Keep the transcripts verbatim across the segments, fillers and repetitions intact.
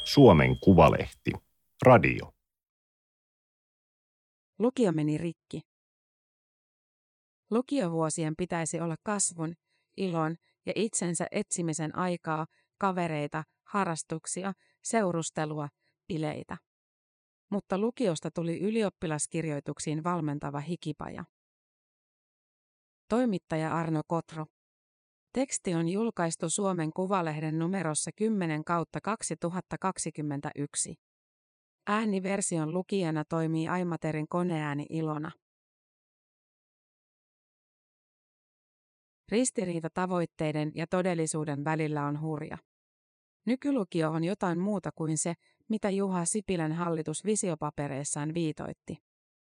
Suomen Kuvalehti. Radio. Lukio meni rikki. Lukiovuosien pitäisi olla kasvun, ilon ja itsensä etsimisen aikaa, kavereita, harrastuksia, seurustelua, bileitä. Mutta lukiosta tuli ylioppilaskirjoituksiin valmentava hikipaja. Toimittaja Arno Kotro. Teksti on julkaistu Suomen Kuvalehden numerossa kymmenen kautta kaksituhattakaksikymmentäyksi. Ääniversion lukijana toimii Aimaterin koneääni Ilona. Ristiriita tavoitteiden ja todellisuuden välillä on hurja. Nykylukio on jotain muuta kuin se, mitä Juha Sipilän hallitus visiopapereissaan viitoitti.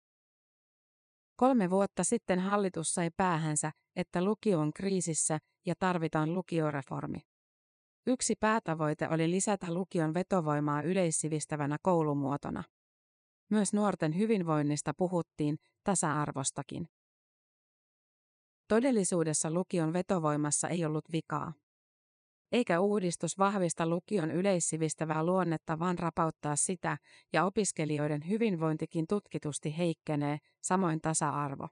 Kolme vuotta sitten hallitus sai päähänsä, että lukio on kriisissä ja tarvitaan lukioreformi. Yksi päätavoite oli lisätä lukion vetovoimaa yleissivistävänä koulumuotona. Myös nuorten hyvinvoinnista puhuttiin, tasa-arvostakin. Todellisuudessa lukion vetovoimassa ei ollut vikaa. Eikä uudistus vahvista lukion yleissivistävää luonnetta, vaan rapauttaa sitä, ja opiskelijoiden hyvinvointikin tutkitusti heikkenee, samoin tasa-arvo.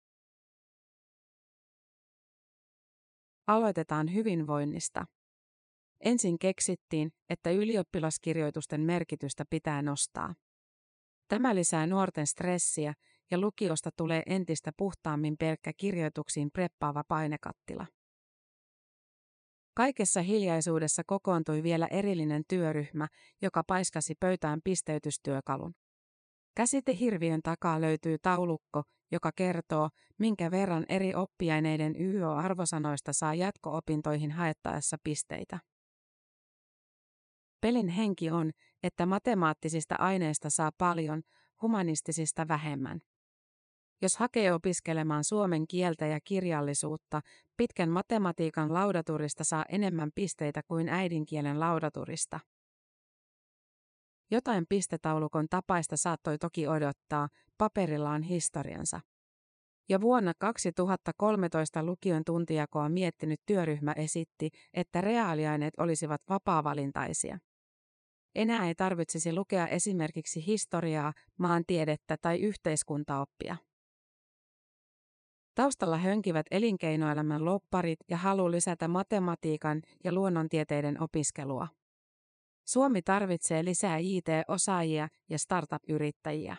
Aloitetaan hyvinvoinnista. Ensin keksittiin, että ylioppilaskirjoitusten merkitystä pitää nostaa. Tämä lisää nuorten stressiä, ja lukiosta tulee entistä puhtaammin pelkkä kirjoituksiin preppaava painekattila. Kaikessa hiljaisuudessa kokoontui vielä erillinen työryhmä, joka paiskasi pöytään pisteytystyökalun. Käsitehirviön takaa löytyy taulukko, joka kertoo, minkä verran eri oppiaineiden Y O-arvosanoista saa jatko-opintoihin haettaessa pisteitä. Pelin henki on, että matemaattisista aineista saa paljon, humanistisista vähemmän. Jos hakee opiskelemaan suomen kieltä ja kirjallisuutta, pitkän matematiikan laudaturista saa enemmän pisteitä kuin äidinkielen laudaturista. Jotain pistetaulukon tapaista saattoi toki odottaa, paperilla on historiansa. Jo vuonna kaksituhattakolmetoista lukion tuntijakoa miettinyt työryhmä esitti, että reaaliaineet olisivat vapaavalintaisia. Enää ei tarvitsisi lukea esimerkiksi historiaa, maantiedettä tai yhteiskuntaoppia. Taustalla hönkivät elinkeinoelämän lobbarit ja halu lisätä matematiikan ja luonnontieteiden opiskelua. Suomi tarvitsee lisää I T-osaajia ja startup-yrittäjiä.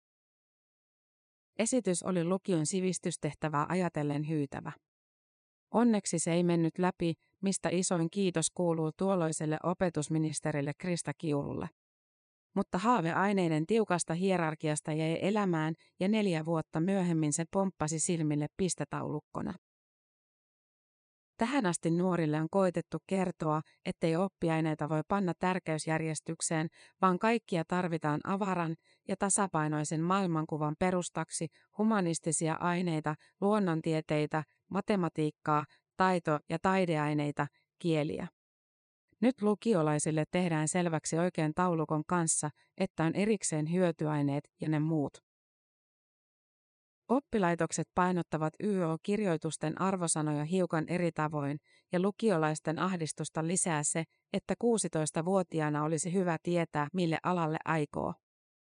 Esitys oli lukion sivistystehtävää ajatellen hyytävä. Onneksi se ei mennyt läpi, mistä isoin kiitos kuuluu tuolloiselle opetusministerille Krista Kiurulle. Mutta haaveaineiden tiukasta hierarkiasta jäi elämään ja neljä vuotta myöhemmin se pomppasi silmille pistetaulukkona. Tähän asti nuorille on koetettu kertoa, ettei oppiaineita voi panna tärkeysjärjestykseen, vaan kaikkia tarvitaan avaran ja tasapainoisen maailmankuvan perustaksi humanistisia aineita, luonnontieteitä, matematiikkaa, taito- ja taideaineita, kieliä. Nyt lukiolaisille tehdään selväksi oikean taulukon kanssa, että on erikseen hyötyaineet ja ne muut. Oppilaitokset painottavat Y O-kirjoitusten arvosanoja hiukan eri tavoin, ja lukiolaisten ahdistusta lisää se, että kuusitoistavuotiaana olisi hyvä tietää, mille alalle aikoo.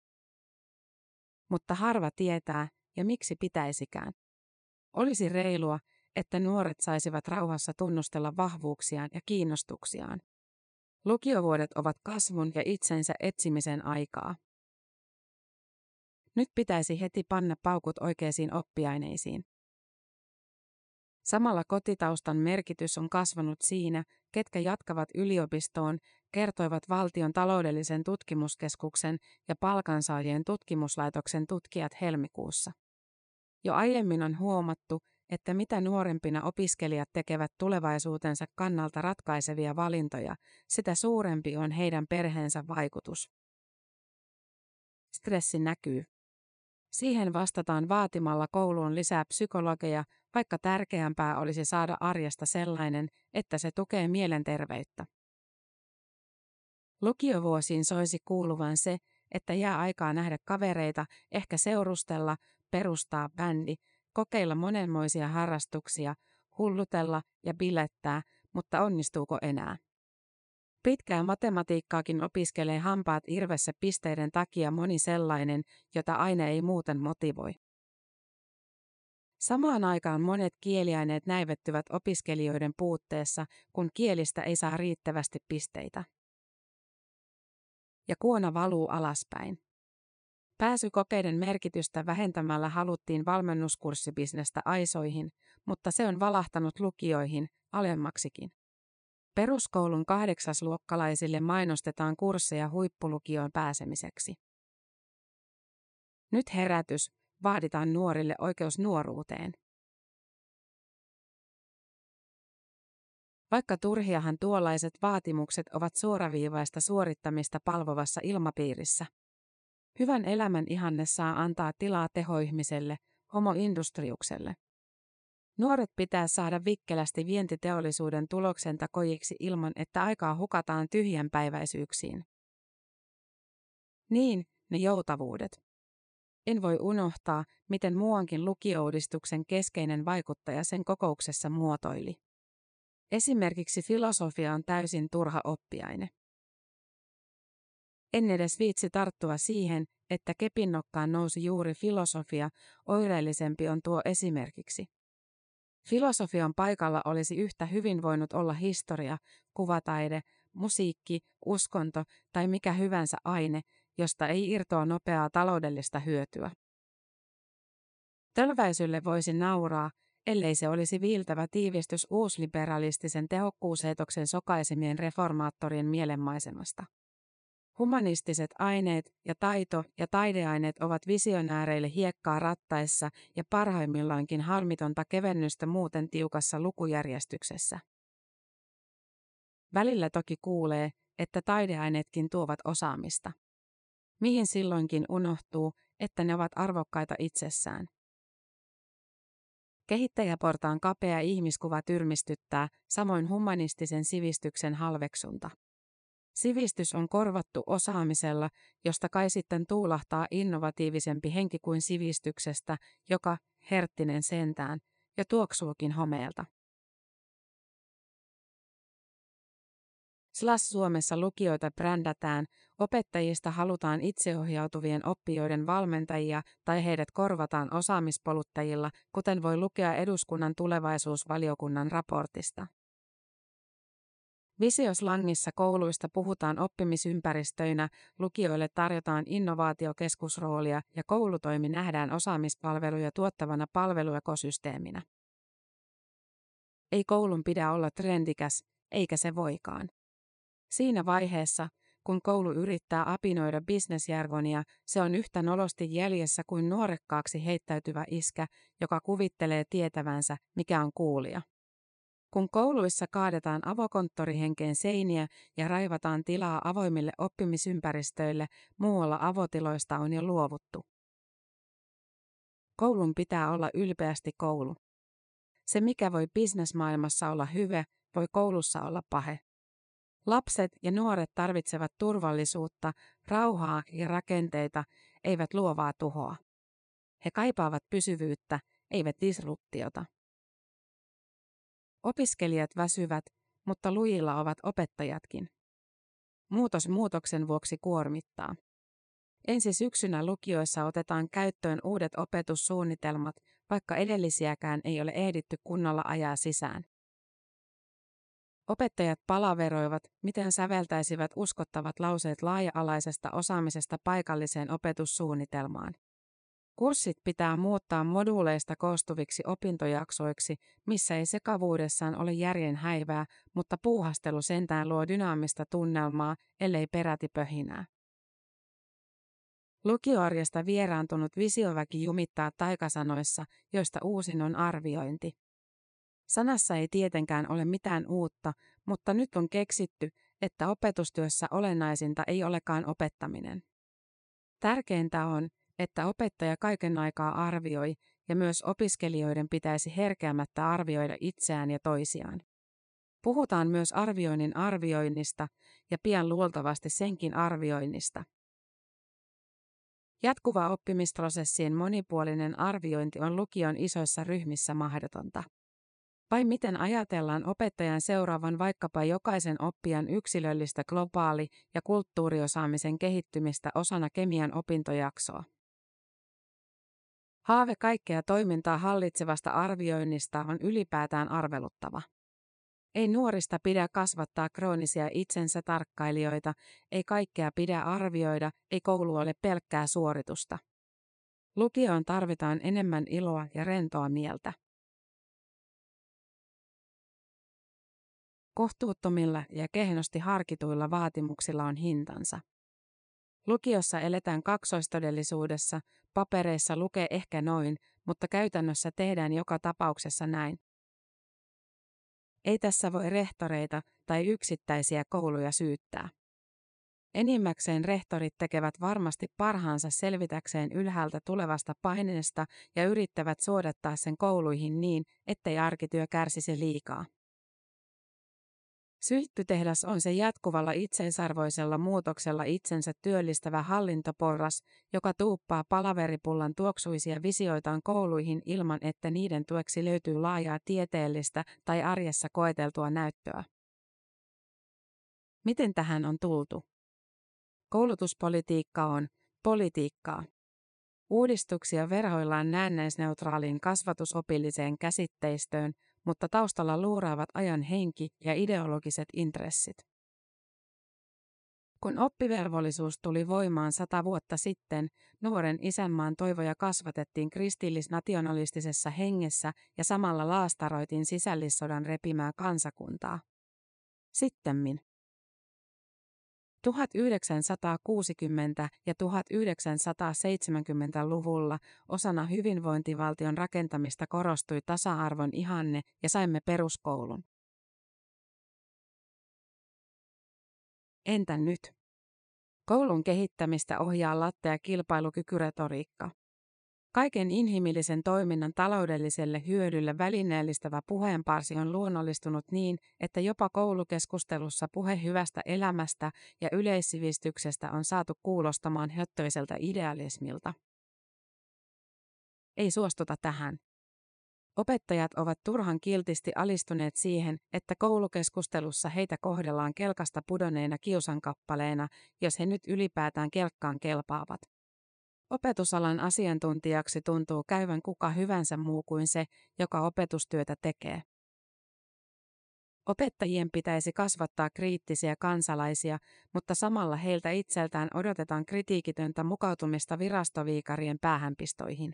Mutta harva tietää, ja miksi pitäisikään. Olisi reilua, että nuoret saisivat rauhassa tunnustella vahvuuksiaan ja kiinnostuksiaan. Lukiovuodet ovat kasvun ja itsensä etsimisen aikaa. Nyt pitäisi heti panna paukut oikeisiin oppiaineisiin. Samalla kotitaustan merkitys on kasvanut siinä, ketkä jatkavat yliopistoon, kertoivat Valtion taloudellisen tutkimuskeskuksen ja Palkansaajien tutkimuslaitoksen tutkijat helmikuussa. Jo aiemmin on huomattu, että mitä nuorempina opiskelijat tekevät tulevaisuutensa kannalta ratkaisevia valintoja, sitä suurempi on heidän perheensä vaikutus. Stressi näkyy. Siihen vastataan vaatimalla kouluun lisää psykologeja, vaikka tärkeämpää olisi saada arjesta sellainen, että se tukee mielenterveyttä. Lukiovuosiin soisi kuuluvan se, että jää aikaa nähdä kavereita, ehkä seurustella, perustaa bändi, kokeilla monenmoisia harrastuksia, hullutella ja bilettää, mutta onnistuuko enää? Pitkää matematiikkaakin opiskelee hampaat irvessä pisteiden takia moni sellainen, jota aine ei muuten motivoi. Samaan aikaan monet kieliaineet näivettyvät opiskelijoiden puutteessa, kun kielistä ei saa riittävästi pisteitä. Ja kuona valuu alaspäin. Pääsykokeiden merkitystä vähentämällä haluttiin valmennuskurssibisnestä aisoihin, mutta se on valahtanut lukioihin, alemmaksikin. Peruskoulun kahdeksasluokkalaisille mainostetaan kursseja huippulukioon pääsemiseksi. Nyt herätys, vaaditaan nuorille oikeus nuoruuteen. Vaikka turhiahan tuollaiset vaatimukset ovat suoraviivaista suorittamista palvovassa ilmapiirissä. Hyvän elämän ihanne saa antaa tilaa tehoihmiselle, homo industriukselle. Nuoret pitää saada vikkelästi vientiteollisuuden tuloksentakojiksi ilman, että aikaa hukataan tyhjänpäiväisyyksiin. Niin, ne joutavuudet. En voi unohtaa, miten muuankin lukio-uudistuksen keskeinen vaikuttaja sen kokouksessa muotoili. Esimerkiksi filosofia on täysin turha oppiaine. En edes viitsi tarttua siihen, että kepinnokkaan nousi juuri filosofia, oireellisempi on tuo esimerkiksi. Filosofian paikalla olisi yhtä hyvin voinut olla historia, kuvataide, musiikki, uskonto tai mikä hyvänsä aine, josta ei irtoa nopeaa taloudellista hyötyä. Tölväisylle voisi nauraa, ellei se olisi viiltävä tiivistys uusliberalistisen tehokkuuseetoksen sokaisemien reformaattorien mielenmaisemasta. Humanistiset aineet ja taito- ja taideaineet ovat visionääreille hiekkaa rattaissa ja parhaimmillaankin harmitonta kevennystä muuten tiukassa lukujärjestyksessä. Välillä toki kuulee, että taideaineetkin tuovat osaamista. Mihin silloinkin unohtuu, että ne ovat arvokkaita itsessään. Kehittäjäportaan kapea ihmiskuva tyrmistyttää, samoin humanistisen sivistyksen halveksunta. Sivistys on korvattu osaamisella, josta kai sitten tuulahtaa innovatiivisempi henki kuin sivistyksestä, joka, herttinen sentään, jo tuoksuukin homeelta. Slas Suomessa lukioita brändätään, opettajista halutaan itseohjautuvien oppijoiden valmentajia tai heidät korvataan osaamispoluttajilla, kuten voi lukea eduskunnan tulevaisuusvaliokunnan raportista. Visioslangissa kouluista puhutaan oppimisympäristöinä, lukioille tarjotaan innovaatiokeskusroolia ja koulutoimi nähdään osaamispalveluja tuottavana palveluekosysteeminä. Ei koulun pidä olla trendikäs, eikä se voikaan. Siinä vaiheessa, kun koulu yrittää apinoida bisnesjargonia, se on yhtä nolosti jäljessä kuin nuorekkaaksi heittäytyvä iskä, joka kuvittelee tietävänsä, mikä on kuulija. Kun kouluissa kaadetaan avokonttorihenkeen seiniä ja raivataan tilaa avoimille oppimisympäristöille, muualla avotiloista on jo luovuttu. Koulun pitää olla ylpeästi koulu. Se, mikä voi bisnesmaailmassa olla hyvä, voi koulussa olla pahe. Lapset ja nuoret tarvitsevat turvallisuutta, rauhaa ja rakenteita, eivät luovaa tuhoa. He kaipaavat pysyvyyttä, eivät disruptiota. Opiskelijat väsyvät, mutta lujilla ovat opettajatkin. Muutos muutoksen vuoksi kuormittaa. Ensi syksynä lukioissa otetaan käyttöön uudet opetussuunnitelmat, vaikka edellisiäkään ei ole ehditty kunnolla ajaa sisään. Opettajat palaveroivat, miten säveltäisivät uskottavat lauseet laaja-alaisesta osaamisesta paikalliseen opetussuunnitelmaan. Kurssit pitää muuttaa moduuleista koostuviksi opintojaksoiksi, missä ei sekavuudessaan ole järjen häivää, mutta puuhastelu sentään luo dynaamista tunnelmaa, ellei peräti pöhinää. Lukioarjesta vieraantunut visioväki jumittaa taikasanoissa, joista uusin on arviointi. Sanassa ei tietenkään ole mitään uutta, mutta nyt on keksitty, että opetustyössä olennaisinta ei olekaan opettaminen. Tärkeintä on, että opettaja kaiken aikaa arvioi, ja myös opiskelijoiden pitäisi herkeämättä arvioida itseään ja toisiaan. Puhutaan myös arvioinnin arvioinnista, ja pian luultavasti senkin arvioinnista. Jatkuva oppimisprosessien monipuolinen arviointi on lukion isoissa ryhmissä mahdotonta. Vai miten ajatellaan opettajan seuraavan vaikkapa jokaisen oppijan yksilöllistä globaali- ja kulttuuriosaamisen kehittymistä osana kemian opintojaksoa? Haave kaikkea toimintaa hallitsevasta arvioinnista on ylipäätään arveluttava. Ei nuorista pidä kasvattaa kroonisia itsensä tarkkailijoita, ei kaikkea pidä arvioida, ei koulu ole pelkkää suoritusta. Lukioon tarvitaan enemmän iloa ja rentoa mieltä. Kohtuuttomilla ja kehnosti harkituilla vaatimuksilla on hintansa. Lukiossa eletään kaksoistodellisuudessa, papereissa lukee ehkä noin, mutta käytännössä tehdään joka tapauksessa näin. Ei tässä voi rehtoreita tai yksittäisiä kouluja syyttää. Enimmäkseen rehtorit tekevät varmasti parhaansa selvitäkseen ylhäältä tulevasta paineesta ja yrittävät suodattaa sen kouluihin niin, ettei arkityö kärsisi liikaa. Sylttytehdas on se jatkuvalla itseisarvoisella muutoksella itsensä työllistävä hallintoporras, joka tuuppaa palaveripullan tuoksuisia visioitaan kouluihin ilman, että niiden tueksi löytyy laajaa tieteellistä tai arjessa koeteltua näyttöä. Miten tähän on tultu? Koulutuspolitiikka on politiikkaa. Uudistuksia verhoillaan näennäisneutraaliin kasvatusopilliseen käsitteistöön, mutta taustalla luuraavat ajan henki ja ideologiset intressit. Kun oppivelvollisuus tuli voimaan sata vuotta sitten, nuoren isänmaan toivoja kasvatettiin kristillis-nationalistisessa hengessä ja samalla laastaroitiin sisällissodan repimää kansakuntaa. Sittemmin tuhatyhdeksänsataakuusikymmentä- ja tuhatyhdeksänsataaseitsemänkymmentäluvulla osana hyvinvointivaltion rakentamista korostui tasa-arvon ihanne ja saimme peruskoulun. Entä nyt? Koulun kehittämistä ohjaa lattea kilpailukykyretoriikka. Kaiken inhimillisen toiminnan taloudelliselle hyödylle välineellistävä puheenparsi on luonnollistunut niin, että jopa koulukeskustelussa puhe hyvästä elämästä ja yleissivistyksestä on saatu kuulostamaan höttöiseltä idealismilta. Ei suostuta tähän. Opettajat ovat turhan kiltisti alistuneet siihen, että koulukeskustelussa heitä kohdellaan kelkasta pudonneina kiusankappaleina, jos he nyt ylipäätään kelkkaan kelpaavat. Opetusalan asiantuntijaksi tuntuu käyvän kuka hyvänsä muu kuin se, joka opetustyötä tekee. Opettajien pitäisi kasvattaa kriittisiä kansalaisia, mutta samalla heiltä itseltään odotetaan kritiikitöntä mukautumista virastoviikarien päähänpistoihin.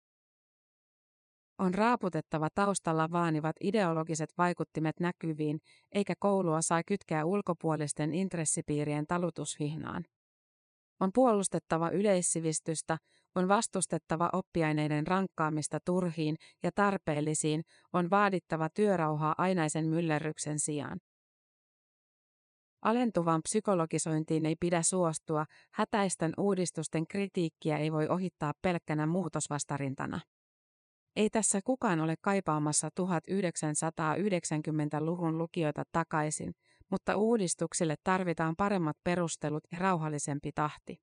On raaputettava taustalla vaanivat ideologiset vaikuttimet näkyviin, eikä koulua saa kytkeä ulkopuolisten intressipiirien talutushihnaan. On puolustettava yleissivistystä, on vastustettava oppiaineiden rankkaamista turhiin ja tarpeellisiin, on vaadittava työrauhaa ainaisen myllerryksen sijaan. Alentuvaan psykologisointiin ei pidä suostua, hätäisten uudistusten kritiikkiä ei voi ohittaa pelkkänä muutosvastarintana. Ei tässä kukaan ole kaipaamassa tuhatyhdeksänsataayhdeksänkymmentäluvun lukiota takaisin, mutta uudistuksille tarvitaan paremmat perustelut ja rauhallisempi tahti.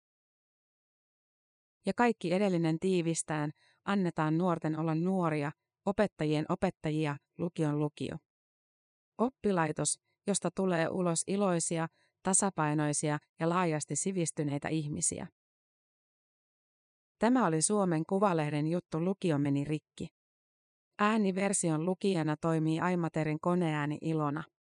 Ja kaikki edellinen tiivistään, annetaan nuorten olla nuoria, opettajien opettajia, lukion lukio. Oppilaitos, josta tulee ulos iloisia, tasapainoisia ja laajasti sivistyneitä ihmisiä. Tämä oli Suomen Kuvalehden juttu Lukio meni rikki. Ääniversion lukijana toimii Aimaterin koneääni Ilona.